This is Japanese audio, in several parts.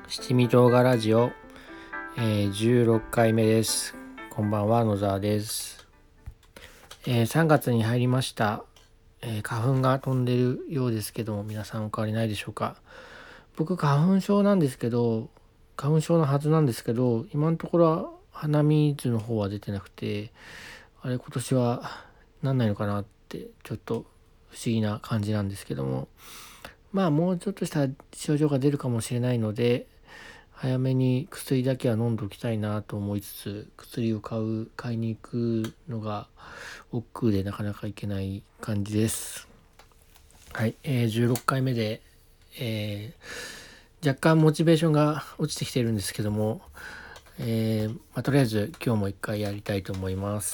七味唐辛ラジオ、16回目です。こんばんは、野沢です。3月に入りました。花粉が飛んでるようですけども、皆さんお変わりないでしょうか。僕花粉症なんですけど、花粉症のはずなんですけど、今のところは鼻水の方は出てなくて、今年はなんないのかなってちょっと不思議な感じなんですけども、もうちょっとした症状が出るかもしれないので、早めに薬だけは飲んでおきたいなと思いつつ、薬を買いに行くのが億劫でなかなか行けない感じです。はい、16回目で、若干モチベーションが落ちてきているんですけども、とりあえず今日も一回やりたいと思います。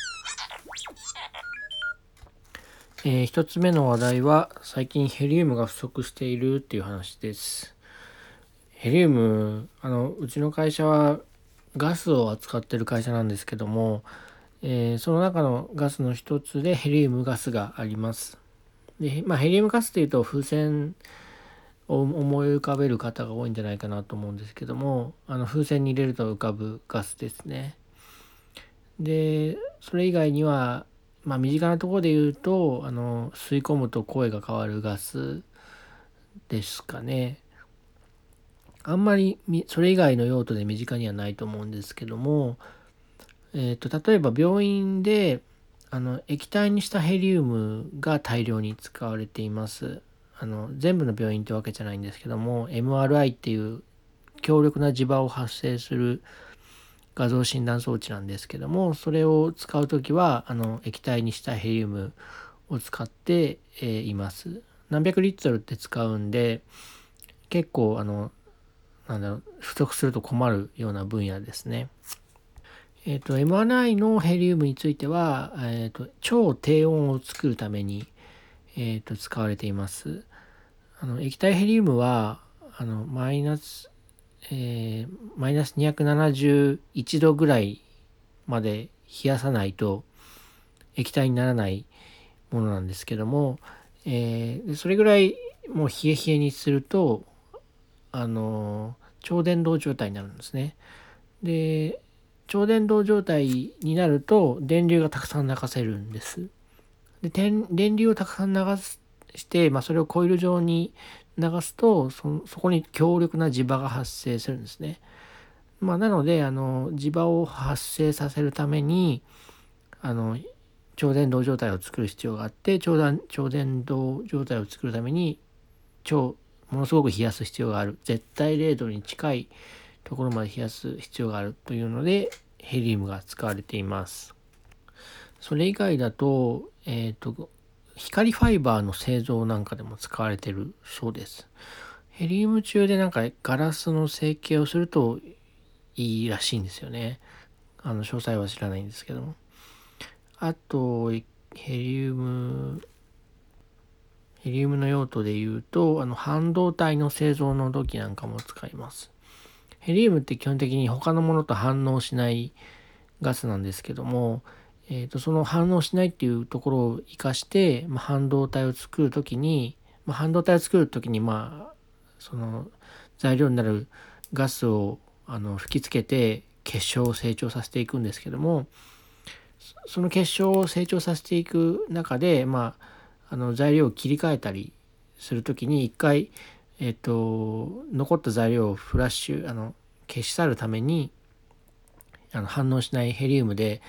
一つ目の話題は、最近ヘリウムが不足しているっていう話です。ヘリウム、うちの会社はガスを扱ってる会社なんですけども、その中のガスの一つでヘリウムガスがあります。で、ヘリウムガスというと風船を思い浮かべる方が多いんじゃないかなと思うんですけども、風船に入れると浮かぶガスですね。で、それ以外には、身近なところで言うと、吸い込むと声が変わるガスですかね。あんまりそれ以外の用途で身近にはないと思うんですけども、例えば病院で液体にしたヘリウムが大量に使われています。全部の病院ってわけじゃないんですけども、 MRI っていう強力な磁場を発生する画像診断装置なんですけども、それを使うときは液体にしたヘリウムを使って、います。何百リットルって使うんで、結構不足すると困るような分野ですね。MRI のヘリウムについては、超低温を作るために、使われています。液体ヘリウムはマイナス271度ぐらいまで冷やさないと液体にならないものなんですけども、それぐらいもう冷え冷えにすると超伝導状態になるんですね。で、超伝導状態になると電流がたくさん流せるんです。で、電流をたくさん流して、それをコイル状に流すとそこに強力な磁場が発生するんですね。なので磁場を発生させるために超伝導状態を作る必要があって、超伝導状態を作るためにものすごく冷やす必要がある、絶対0度に近いところまで冷やす必要があるというのでヘリウムが使われています。それ以外だと、光ファイバーの製造なんかでも使われているそうです。ヘリウム中でガラスの成形をするといいらしいんですよね。詳細は知らないんですけども。あとヘリウムの用途で言うと、半導体の製造の時なんかも使います。ヘリウムって基本的に他のものと反応しないガスなんですけども、その反応しないっていうところを生かして、半導体を作るときに、その材料になるガスを吹きつけて結晶を成長させていくんですけども、その結晶を成長させていく中で、材料を切り替えたりするときに一回、残った材料をフラッシュ消し去るために反応しないヘリウムで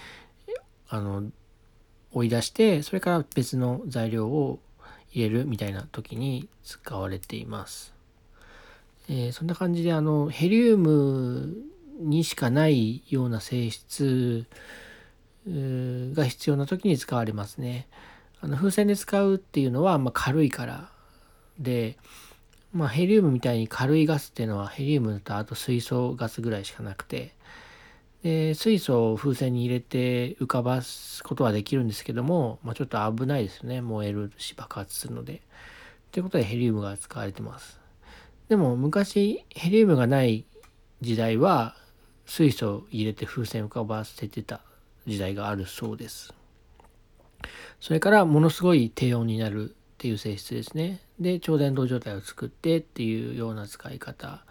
追い出して、それから別の材料を入れるみたいな時に使われています。そんな感じでヘリウムにしかないような性質が必要な時に使われますね。風船で使うっていうのは軽いからで、ヘリウムみたいに軽いガスっていうのはヘリウムとあと水素ガスぐらいしかなくて、で水素を風船に入れて浮かばすことはできるんですけども、ちょっと危ないですよね。燃えるし爆発するので。ということでヘリウムが使われてます。でも昔ヘリウムがない時代は水素を入れて風船を浮かばせてた時代があるそうです。それからものすごい低温になるっていう性質ですね。で超伝導状態を作ってっていうような使い方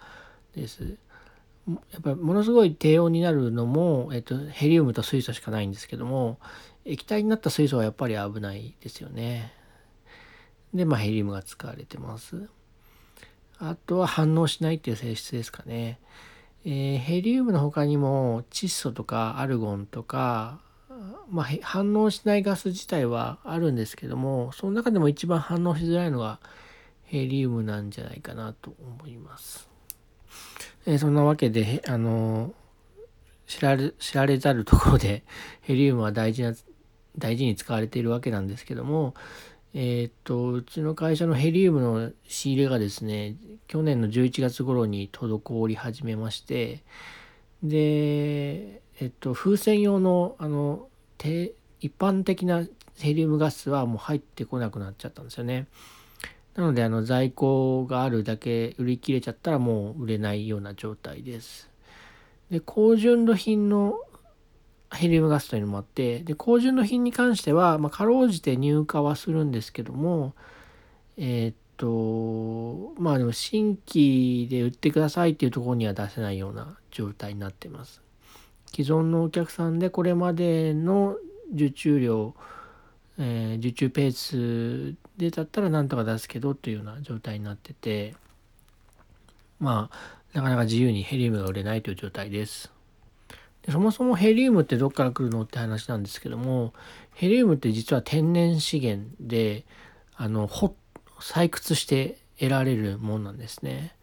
です。やっぱりものすごい低温になるのも、ヘリウムと水素しかないんですけども、液体になった水素はやっぱり危ないですよね。で、ヘリウムが使われてます。あとは反応しないっていう性質ですかね。ヘリウムの他にも窒素とかアルゴンとか、反応しないガス自体はあるんですけども、その中でも一番反応しづらいのがヘリウムなんじゃないかなと思います。そんなわけで知られざるところでヘリウムは大事に使われているわけなんですけども、うちの会社のヘリウムの仕入れがですね、去年の11月頃に滞り始めまして、で、風船用の一般的なヘリウムガスはもう入ってこなくなっちゃったんですよね。なので在庫があるだけ売り切れちゃったらもう売れないような状態です。で、高純度品のヘリウムガスというのもあって、で、高純度品に関しては、かろうじて入荷はするんですけども、でも新規で売ってくださいっていうところには出せないような状態になってます。既存のお客さんでこれまでの受注量、受注ペースでだったらなんとか出すけどというような状態になってて、なかなか自由にヘリウムが売れないという状態です。でそもそもヘリウムってどっから来るのって話なんですけども、ヘリウムって実は天然資源で採掘して得られるものなんですね。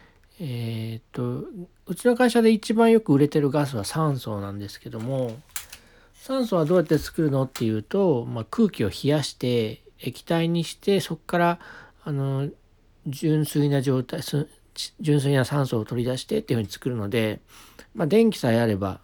うちの会社で一番よく売れてるガスは酸素なんですけども、酸素はどうやって作るのっていうと、空気を冷やして液体にして、そこから純粋な酸素を取り出してっていうふうに作るので、電気さえあれば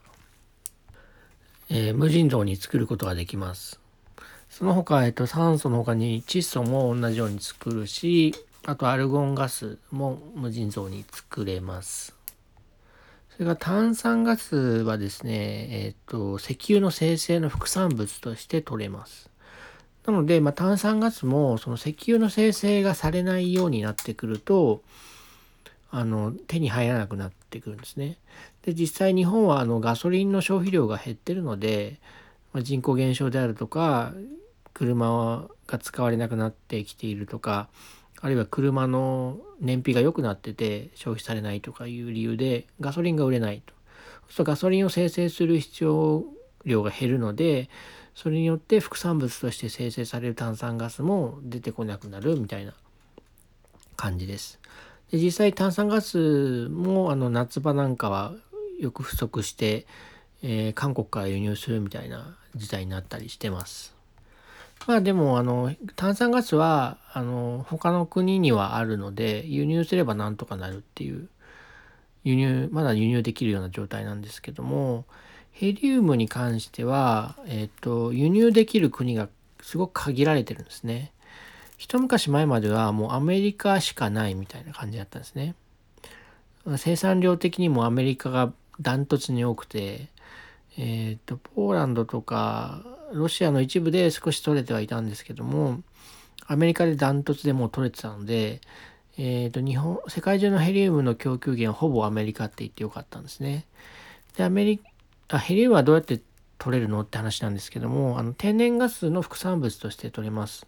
無尽蔵に作ることができます。その他、酸素の他に窒素も同じように作るし、あとアルゴンガスも無尽蔵に作れます。それから炭酸ガスはですね、石油の生成の副産物として取れます。なので、炭酸ガスもその石油の生成がされないようになってくると、手に入らなくなってくるんですね。で、実際日本はガソリンの消費量が減ってるので、人口減少であるとか、車が使われなくなってきているとか、あるいは車の燃費が良くなってて消費されないとかいう理由でガソリンが売れないと。そうするとガソリンを生成する必要量が減るので、それによって副産物として生成される炭酸ガスも出てこなくなるみたいな感じです。で、実際炭酸ガスも夏場なんかはよく不足して、韓国から輸入するみたいな事態になったりしてます。でも炭酸ガスは他の国にはあるので輸入すればなんとかなるっていうまだ輸入できるような状態なんですけども、ヘリウムに関しては輸入できる国がすごく限られてるんですね。一昔前まではもうアメリカしかないみたいな感じだったんですね。生産量的にもアメリカがダントツに多くて、ポーランドとかロシアの一部で少し取れてはいたんですけども、アメリカでダントツでもう取れてたので、世界中のヘリウムの供給源はほぼアメリカって言ってよかったんですね。で、ヘリウムはどうやって取れるのって話なんですけども、天然ガスの副産物として取れます。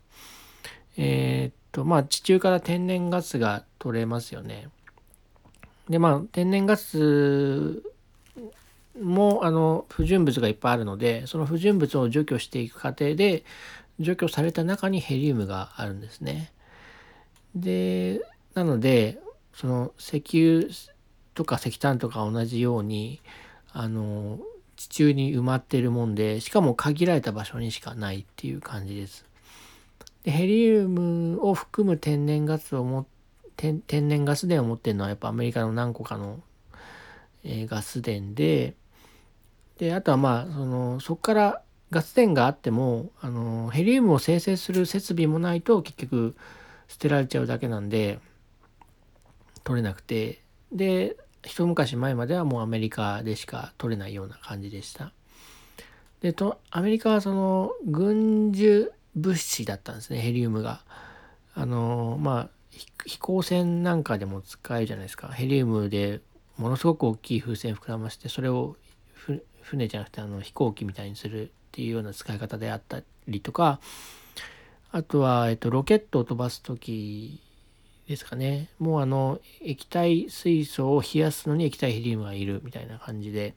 地中から天然ガスが取れますよね。で、天然ガスも不純物がいっぱいあるので、その不純物を除去していく過程で除去された中にヘリウムがあるんですね。で、なのでその石油とか石炭とか同じように地中に埋まっているもんで、しかも限られた場所にしかないっていう感じです。で、ヘリウムを含む天然ガス田を持ってるのはやっぱアメリカの何個かの、ガス田で、あとはそこからガス田があってもヘリウムを生成する設備もないと結局捨てられちゃうだけなんで取れなくて、で一昔前まではもうアメリカでしか取れないような感じでした。でアメリカはその軍需物資だったんですね、ヘリウムが。 飛行船なんかでも使えるじゃないですか。ヘリウムでものすごく大きい風船膨らまして、それを船じゃなくて飛行機みたいにするっていうような使い方であったりとか、あとは、ロケットを飛ばす時ですかね。もう液体水素を冷やすのに液体ヘリウムがいるみたいな感じで、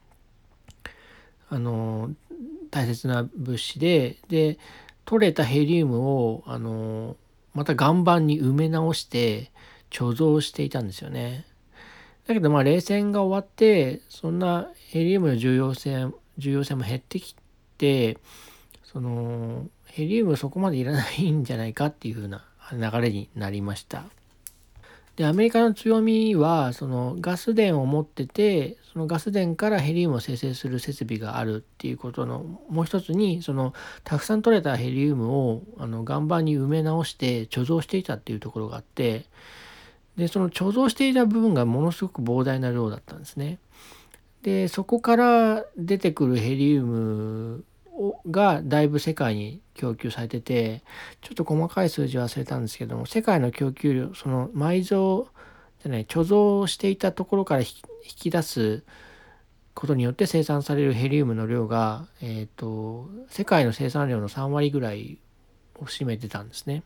大切な物資で、取れたヘリウムを、また岩盤に埋め直して貯蔵していたんですよね。だけど冷戦が終わって、そんなヘリウムの重要性も減ってきて、ヘリウムそこまでいらないんじゃないかっていう風な流れになりました。で、アメリカの強みは、そのガス田を持ってて、そのガス田からヘリウムを生成する設備があるっていうことのもう一つに、たくさん取れたヘリウムを岩盤に埋め直して貯蔵していたっていうところがあって、で、その貯蔵していた部分がものすごく膨大な量だったんですね。で、そこから出てくるヘリウムがだいぶ世界に供給されてて、ちょっと細かい数字忘れたんですけども、世界の供給量、その貯蔵していたところから引き出すことによって生産されるヘリウムの量が、世界の生産量の3割ぐらいを占めてたんですね。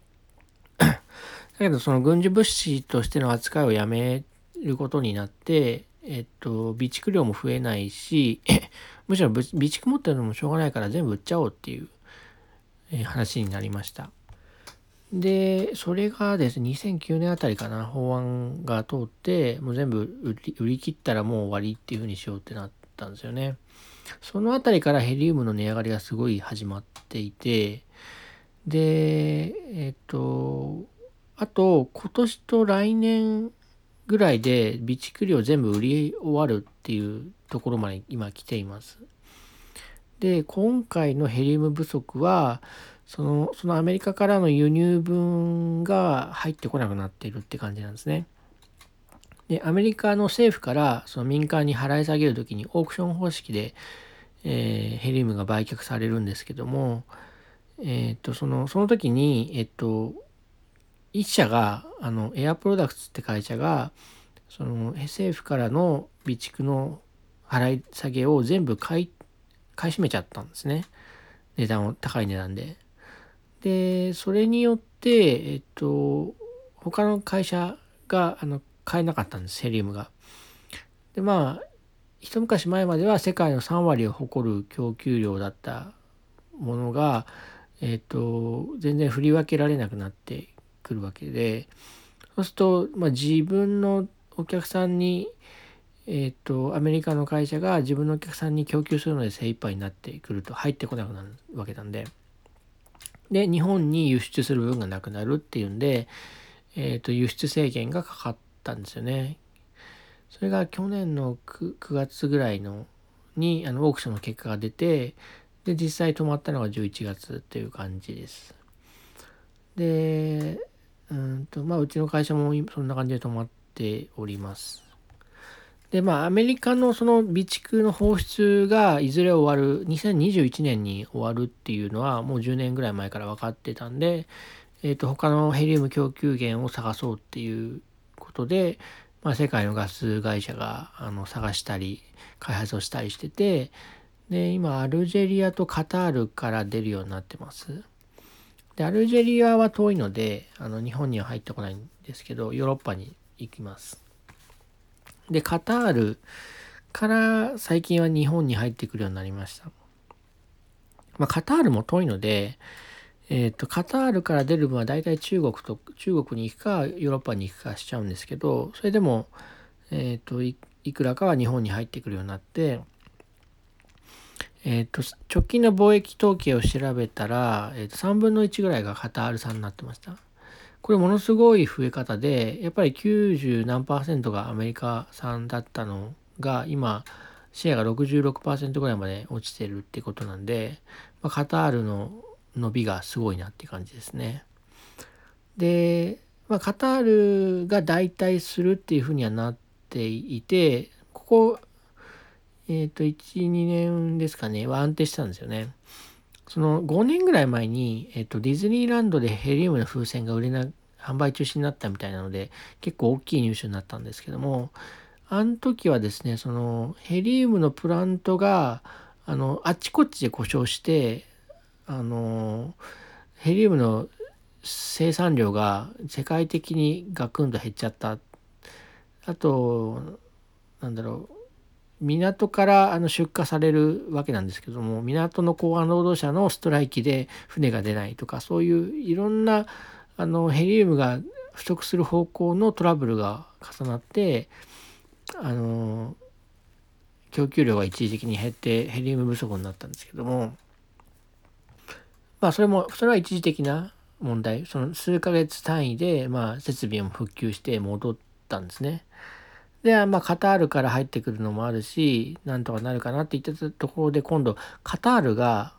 だけどその軍事物資としての扱いをやめることになって、備蓄量も増えないし、むしろ備蓄持ってるのもしょうがないから全部売っちゃおうっていう話になりました。で、それがですね、2009年あたりかな、法案が通って、もう全部売り切ったらもう終わりっていうふうにしようってなったんですよね。そのあたりからヘリウムの値上がりがすごい始まっていて、で、あと、今年と来年ぐらいで備蓄量全部売り終わるっていうところまで今来ています。で、今回のヘリウム不足は、そのアメリカからの輸入分が入ってこなくなっているって感じなんですね。で、アメリカの政府からその民間に払い下げるときにオークション方式で、ヘリウムが売却されるんですけども、その時に、一社が、エアプロダクツって会社が、その政府からの備蓄の払い下げを全部買い占めちゃったんですね。高い値段で。で、それによって、他の会社が、買えなかったんです、ヘリウムが。で、一昔前までは世界の3割を誇る供給量だったものが、全然振り分けられなくなってくるわけで、そうすると、自分のお客さんに、アメリカの会社が自分のお客さんに供給するので精一杯になってくると入ってこなくなるわけなんで、で、日本に輸出する分がなくなるっていうんで、輸出制限がかかったんですよね。それが去年の 9月ぐらいにオークションの結果が出て、で、実際止まったのが11月っていう感じです。で、うちの会社もそんな感じで止まっております。で、アメリカのその備蓄の放出がいずれ終わる、2021年に終わるっていうのはもう10年ぐらい前から分かってたんで、他のヘリウム供給源を探そうっていうことで、世界のガス会社が探したり開発をしたりしてて、で、今アルジェリアとカタールから出るようになってます。で、アルジェリアは遠いので、日本には入ってこないんですけど、ヨーロッパに行きます。で、カタールから最近は日本に入ってくるようになりました。カタールも遠いので、カタールから出る分は大体中国に行くか、ヨーロッパに行くかしちゃうんですけど、それでも、いくらかは日本に入ってくるようになって、直近の貿易統計を調べたら、3分の1ぐらいがカタール産になってました。これものすごい増え方で、やっぱり90何%がアメリカ産だったのが、今、シェアが 66% ぐらいまで落ちてるってことなんで、カタールの伸びがすごいなっていう感じですね。で、カタールが代替するっていうふうにはなっていて、ここ、1、2年ですかね、は安定してたんですよね。その5年ぐらい前に、ディズニーランドでヘリウムの風船が販売中止になったみたいなので、結構大きいニュースになったんですけども、あの時はですね、そのヘリウムのプラントがあちこちで故障して、ヘリウムの生産量が世界的にガクンと減っちゃった。あと、港から出荷されるわけなんですけども、港の港湾労働者のストライキで船が出ないとか、そういういろんなヘリウムが不足する方向のトラブルが重なって、供給量が一時的に減ってヘリウム不足になったんですけども、それは一時的な問題、その数ヶ月単位で設備も復旧して戻ったんですね。で、カタールから入ってくるのもあるし、なんとかなるかなって言ったところで、今度カタールが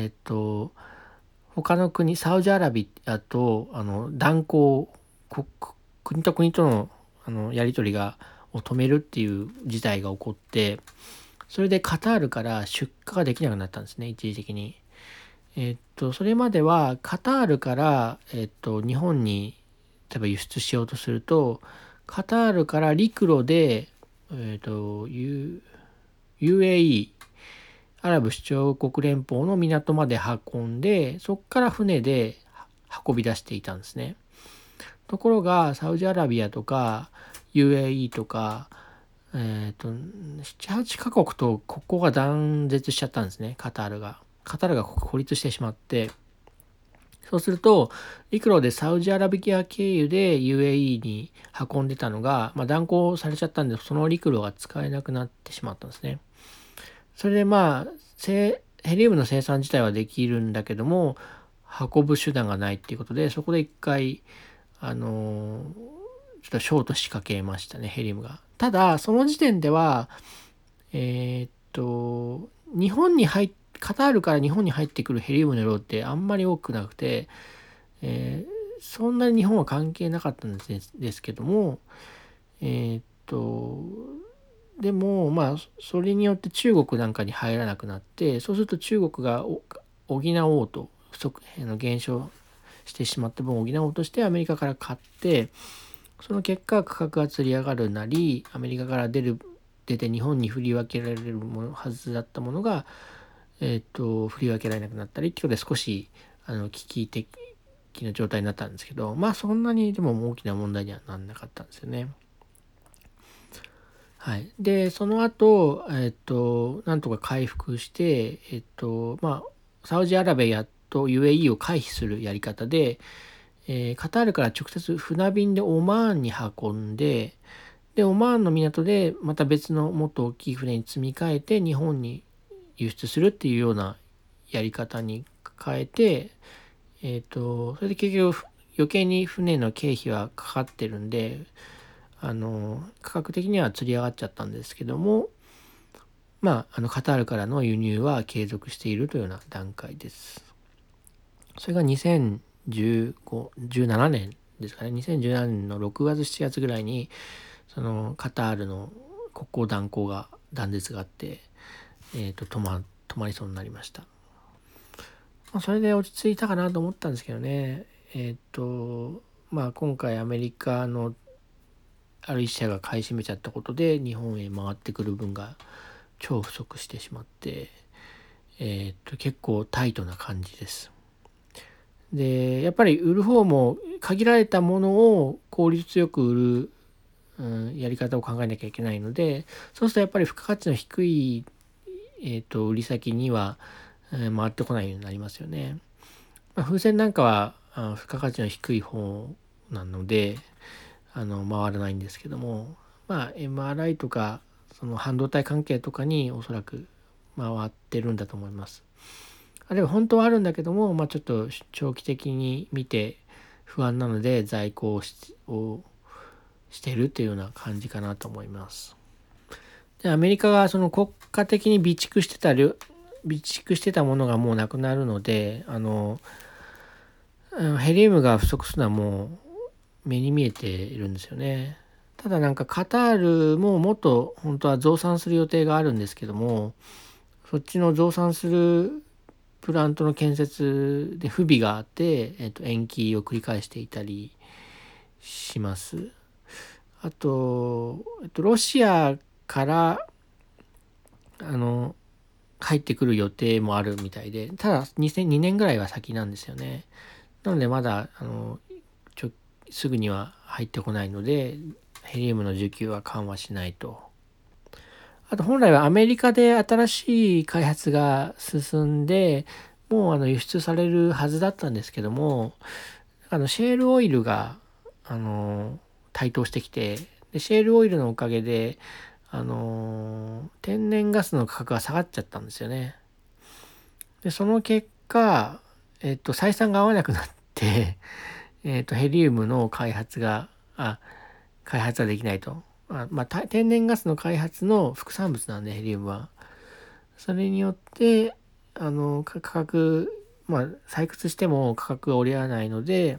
他の国、サウジアラビアと断交、国と国とのやり取りを止めるっていう事態が起こって、それでカタールから出荷ができなくなったんですね、一時的に。それまではカタールから、日本に例えば輸出しようとすると、カタールから陸路で、UAE、アラブ首長国連邦の港まで運んで、そこから船で運び出していたんですね。ところが、サウジアラビアとか UAE とか、7、8カ国と国交が断絶しちゃったんですね、カタールが孤立してしまって、そうすると陸路でサウジアラビア経由で UAE に運んでたのが、断交されちゃったんで、その陸路が使えなくなってしまったんですね。それでヘリウムの生産自体はできるんだけども、運ぶ手段がないっていうことで、そこで一回ちょっとショート仕掛けましたね、ヘリウムが。ただその時点ではカタールから日本に入ってくるヘリウムの量ってあんまり多くなくて、そんなに日本は関係なかったんですけども、でもそれによって中国なんかに入らなくなって、そうすると中国が補おうと、減少してしまった分を補おうとしてアメリカから買って、その結果価格がつり上がるなり、アメリカから出て日本に振り分けられるはずだったものが、振り分けられなくなったりっていうことで、少し危機的な状態になったんですけど、そんなにでも大きな問題にはならなかったんですよね。はい。で、その後、なんとか回復して、サウジアラビアと UAE を回避するやり方で、カタールから直接船便でオマーンに運んで、オマーンの港でまた別のもっと大きい船に積み替えて日本に輸出するっていうようなやり方に変えて、それで結局余計に船の経費はかかってるんで、価格的には釣り上がっちゃったんですけども、カタールからの輸入は継続しているというような段階です。それが17年ですかね。2017年の6月7月ぐらいにそのカタールの国交断絶があって、止まりそうになりました。それで落ち着いたかなと思ったんですけどね。今回アメリカのある一社が買い占めちゃったことで日本へ回ってくる分が超不足してしまって、結構タイトな感じです。で、やっぱり売る方も限られたものを効率よく売る、やり方を考えなきゃいけないので、そうするとやっぱり付加価値の低い、売り先には、回ってこないようになりますよね。風船なんかは付加価値の低い方なので回らないんですけども、MRI とかその半導体関係とかにおそらく回ってるんだと思います。あるいは本当はあるんだけども、ちょっと長期的に見て不安なので在庫をしてるっていうような感じかなと思います。で、アメリカがその国家的に備蓄してたものがもうなくなるので、ヘリウムが不足するのはもう目に見えているんですよね。ただカタールももっと本当は増産する予定があるんですけども、そっちの増産するプラントの建設で不備があって、延期を繰り返していたり、 します。あと、ロシアから入ってくる予定もあるみたいで、ただ2002年ぐらいは先なんですよね。なのでまだすぐには入ってこないので、ヘリウムの需給は緩和しないと。あと本来はアメリカで新しい開発が進んで、もう輸出されるはずだったんですけども、シェールオイルが台頭してきて、でシェールオイルのおかげで天然ガスの価格が下がっちゃったんですよね。でその結果、採算が合わなくなってヘリウムの開発はできないと。天然ガスの開発の副産物なんで、ヘリウムは。それによって、価格、採掘しても価格が折り合わないので、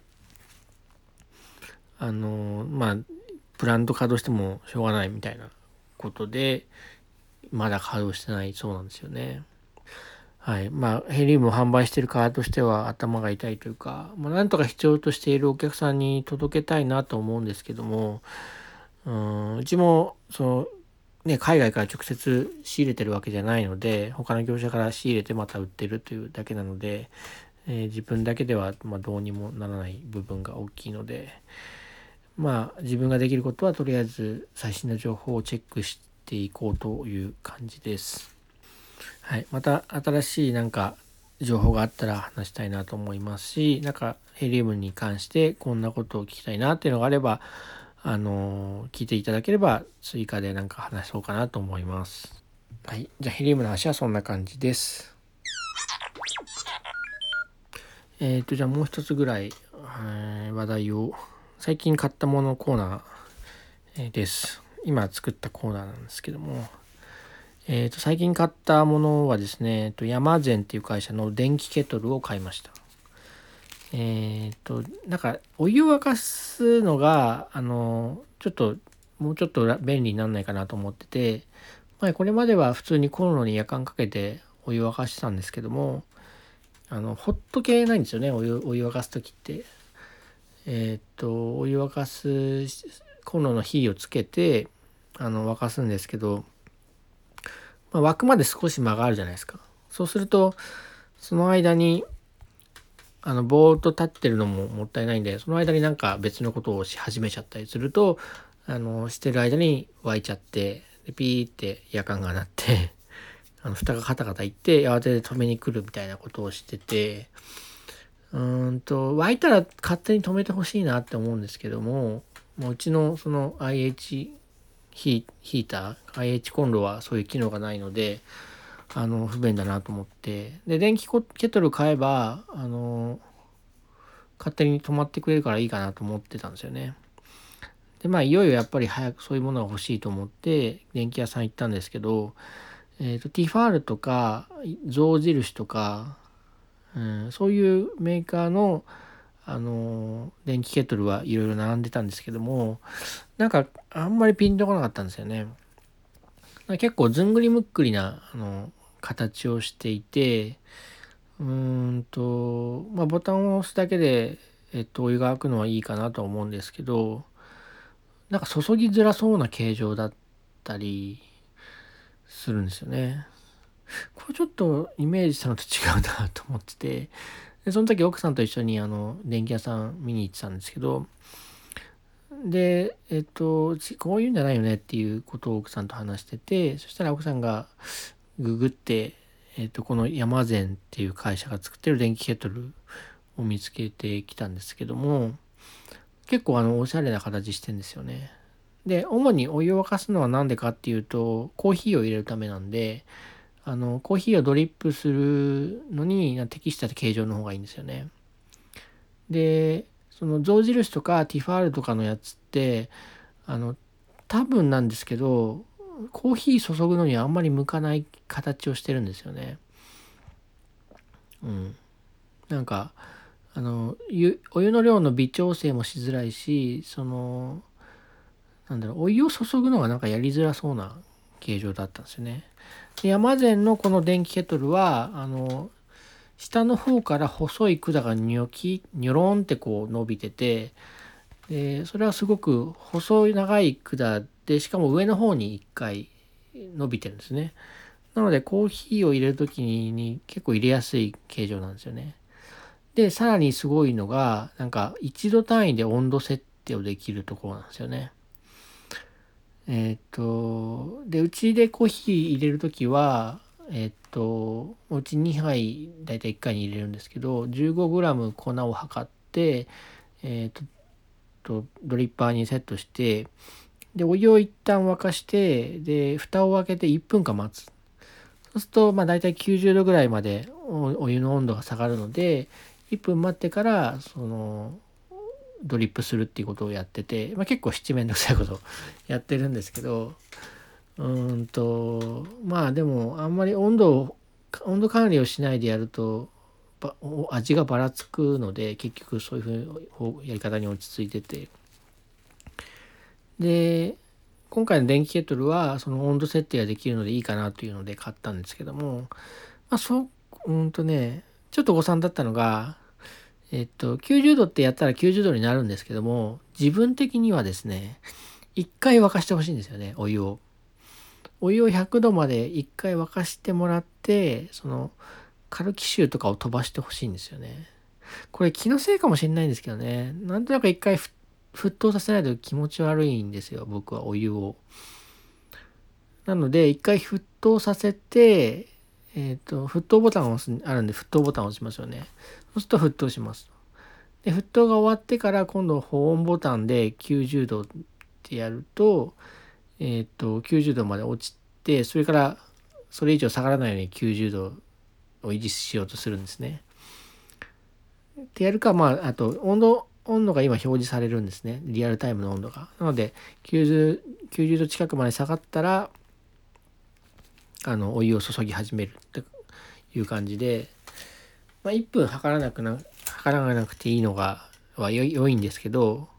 プラント稼働してもしょうがないみたいなことで、まだ稼働してないそうなんですよね。はい。ヘリウムを販売している側としては頭が痛いというか、なんとか必要としているお客さんに届けたいなと思うんですけども、うちも、海外から直接仕入れてるわけじゃないので、他の業者から仕入れてまた売ってるというだけなので、自分だけではどうにもならない部分が大きいので、自分ができることはとりあえず最新の情報をチェックしていこうという感じです。はい。また新しい情報があったら話したいなと思いますし、ヘリウムに関してこんなことを聞きたいなっていうのがあれば、聞いていただければ追加で話そうかなと思います。はい。じゃあヘリウムの話はそんな感じです。じゃあもう一つぐらい、話題を、最近買ったものコーナー、です。今作ったコーナーなんですけども、最近買ったものはですね、ヤマゼンっていう会社の電気ケトルを買いました。お湯を沸かすのが、もうちょっと便利にならないかなと思ってて、これまでは普通にコンロに夜間かけてお湯を沸かしてたんですけども、ほっとけないんですよね、お湯沸かすときって。お湯沸かすコンロの火をつけて、沸かすんですけど、沸くまで少し間があるじゃないですか。そうすると、その間に、ぼーっと立ってるのももったいないんで、その間に別のことをし始めちゃったりすると、してる間に沸いちゃって、でピーって夜間が鳴って、蓋がカタカタいって慌てて止めに来るみたいなことをしてて、沸いたら勝手に止めてほしいなって思うんですけども、うちのその IH ヒーター、IH コンロはそういう機能がないので、不便だなと思って、で、電気ケトル買えば、勝手に止まってくれるからいいかなと思ってたんですよね。で、いよいよやっぱり早くそういうものが欲しいと思って、電気屋さん行ったんですけど、ティファールとか、象印とか、そういうメーカーの、電気ケトルはいろいろ並んでたんですけども、あんまりピンとこなかったんですよね。結構ずんぐりむっくりな形をしていて、ボタンを押すだけで、お湯が沸くのはいいかなと思うんですけど、注ぎづらそうな形状だったりするんですよね。これちょっとイメージしたのと違うなと思ってて、でその時奥さんと一緒に電気屋さん見に行ってたんですけど、でこういうんじゃないよねっていうことを奥さんと話してて、そしたら奥さんがググって、このヤマゼンっていう会社が作ってる電気ケトルを見つけてきたんですけども、結構おしゃれな形してんですよね。で、主にお湯を沸かすのは何でかっていうと、コーヒーを入れるためなんで、コーヒーをドリップするのに適した形状の方がいいんですよね。で、その象印とかティファールとかのやつって、多分なんですけど、コーヒー注ぐのにはあんまり向かない形をしてるんですよね。お湯の量の微調整もしづらいし、お湯を注ぐのがやりづらそうな形状だったんですよね。で、ヤマゼンのこの電気ケトルは、下の方から細い管がニョロンってこう伸びてて、 でそれはすごく細い長い管で、しかも上の方に1回伸びてるんですね。なのでコーヒーを入れるときに結構入れやすい形状なんですよね。で、さらにすごいのが、なんか1度単位で温度設定をできるところなんですよね。で、うちでコーヒー入れるときは、うち2杯だいたい1回に入れるんですけど、15g 粉を測って、ドリッパーにセットして、で、お湯を一旦沸かして、で、蓋を開けて1分間待つ。そうすると、だいたい90度ぐらいまでお湯の温度が下がるので、1分待ってから、ドリップするっていうことをやってて、結構七面倒くさいことをやってるんですけど、でも、あんまり温度管理をしないでやると、味がばらつくので、結局そういうふうやり方に落ち着いてて。で、今回の電気ケトルはその温度設定ができるのでいいかなというので買ったんですけども、ちょっと誤算だったのが、90度ってやったら90度になるんですけども、自分的にはですね、一回沸かしてほしいんですよね、お湯を。お湯を100度まで一回沸かしてもらって、カルキ臭とかを飛ばしてほしいんですよね。これ気のせいかもしれないんですけどね、なんとなく一回沸騰させないと気持ち悪いんですよ、僕はお湯を。なので、一回沸騰させて、沸騰ボタンをあるんで、沸騰ボタンを押しますよね。そうすると沸騰します。で、沸騰が終わってから今度保温ボタンで90度ってやると、90度まで落ちて、それからそれ以上下がらないように90度を維持しようとするんですね。ってやるか、あと温度が今表示されるんですね。リアルタイムの温度が。なので、90度近くまで下がったら、お湯を注ぎ始めるっていう感じで、1分測らなくていいのが良いんですけど、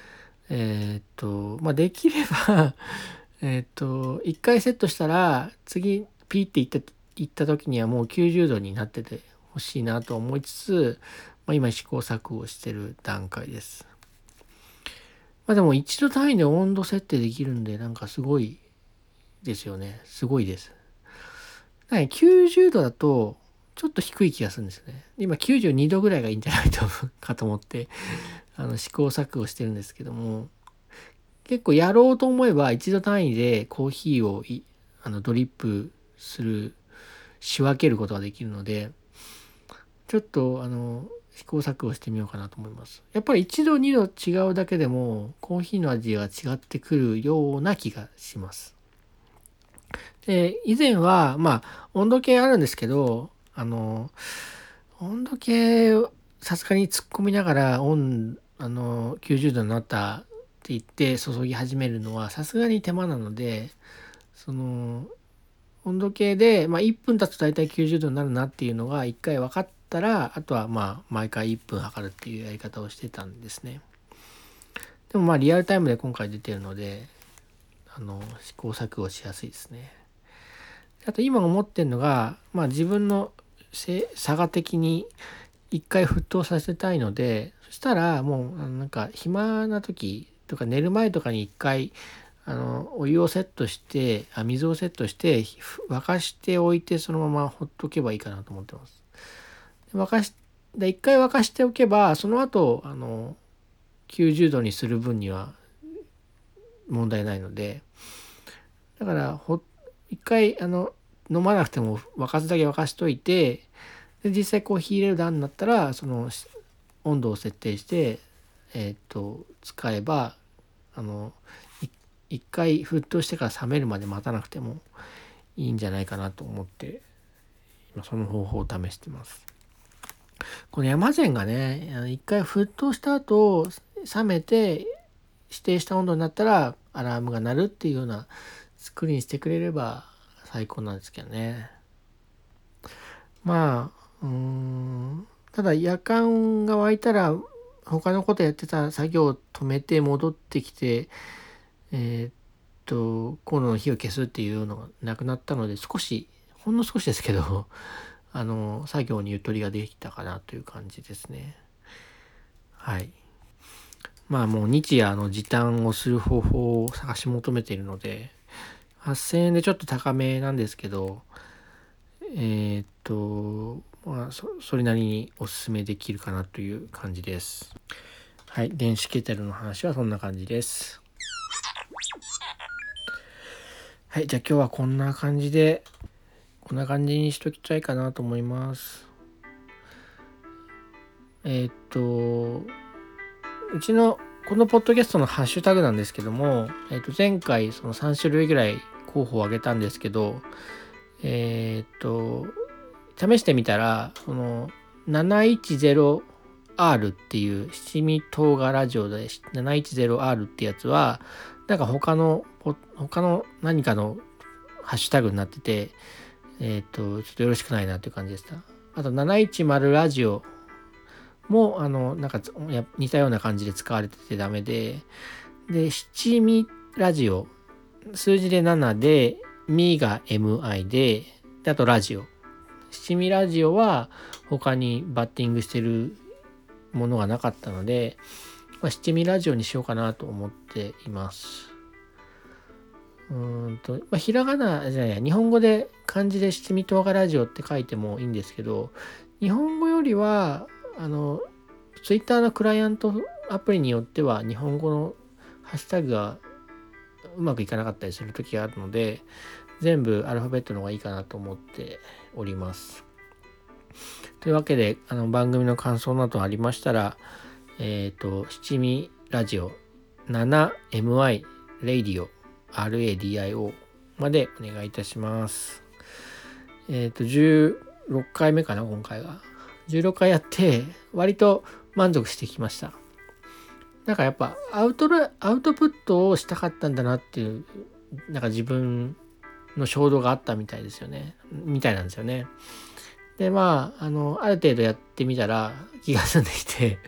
できれば1回セットしたら次ピーっていった時にはもう90度になっててほしいなと思いつつ、今試行錯誤してる段階です。でも一度単位で温度設定できるんで、なんかすごいですよね。すごいです。90度だとちょっと低い気がするんですよね。今92度ぐらいがいいんじゃないかと思って試行錯誤してるんですけども、結構やろうと思えば一度単位でコーヒーをドリップ仕分けることができるので、ちょっと試行錯誤してみようかなと思います。やっぱり1度2度違うだけでもコーヒーの味が違ってくるような気がします。で、以前は温度計あるんですけど、温度計さすがに突っ込みながら90度になったって言って注ぎ始めるのはさすがに手間なので、温度計で、1分経つと大体90度になるなっていうのが1回分かったら、あとは毎回1分測るっていうやり方をしてたんですね。でもリアルタイムで今回出てるので試行錯誤しやすいですね。あと今思ってるのが、自分の差が的に一回沸騰させたいので、そしたらもうなんか暇な時とか寝る前とかに一回お湯をセットして水をセットして沸かしておいて、そのままほっとけばいいかなと思ってます。一回沸かしておけば、その後90度にする分には問題ないので、だから一回飲まなくても沸かすだけ沸かしといて、で実際コーヒー入れる段になったらその温度を設定して使えば一回沸騰してから冷めるまで待たなくてもいいんじゃないかなと思って今その方法を試してます。この山善がね、一回沸騰した後冷めて指定した温度になったらアラームが鳴るっていうような作りにしてくれれば最高なんですけどね。ただ夜間が湧いたら他のことやってた作業を止めて戻ってきてコンロの火を消すっていうのがなくなったので、ほんの少しですけど作業にゆとりができたかなという感じですね。はい。 まあもう日夜時短をする方法を探し求めているので、8000円でちょっと高めなんですけど、まあそれなりにおすすめできるかなという感じです。はい、電子ケトルの話はそんな感じです。はい、じゃあ今日はこんな感じにしときたいかなと思います。うちのこのポッドキャストのハッシュタグなんですけども、前回その3種類ぐらい候補を挙げたんですけど、試してみたらその 710R っていう七味唐辛ラジオで 710R ってやつはなんか他の何かのハッシュタグになってて、ちょっとよろしくないなっていう感じでした。あと710ラジオもなんか似たような感じで使われててダメで、七味ラジオ、数字で7でミが MI で、あとラジオ、七味ラジオは他にバッティングしてるものがなかったので、七味ラジオにしようかなと思っています。ひらがなじゃないや、日本語で漢字で七味唐辛ラジオって書いてもいいんですけど、日本語よりはツイッターのクライアントアプリによっては日本語のハッシュタグがうまくいかなかったりする時があるので、全部アルファベットの方がいいかなと思っております。というわけで番組の感想などありましたら、七味ラジオ 7MI レイディオ RADIO までお願いいたします。16回目かな、今回が。16回やって割と満足してきました。なんかやっぱアウトプットをしたかったんだなっていう、なんか自分の衝動があったみたいなんですよね。でまあある程度やってみたら気が済んできて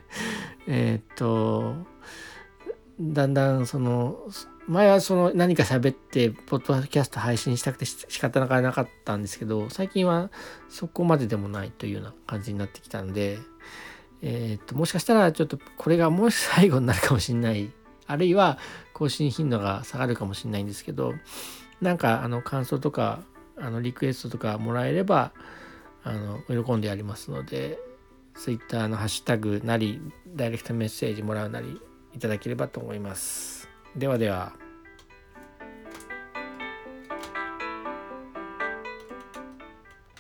だんだん前は何か喋ってポッドキャスト配信したくて仕方なかったんですけど、最近はそこまででもないというような感じになってきたんで、もしかしたらちょっとこれがもし最後になるかもしれない、あるいは更新頻度が下がるかもしれないんですけど、なんか感想とかリクエストとかもらえれば喜んでやりますので、Twitter のハッシュタグなりダイレクトメッセージもらうなりいただければと思います。ではでは。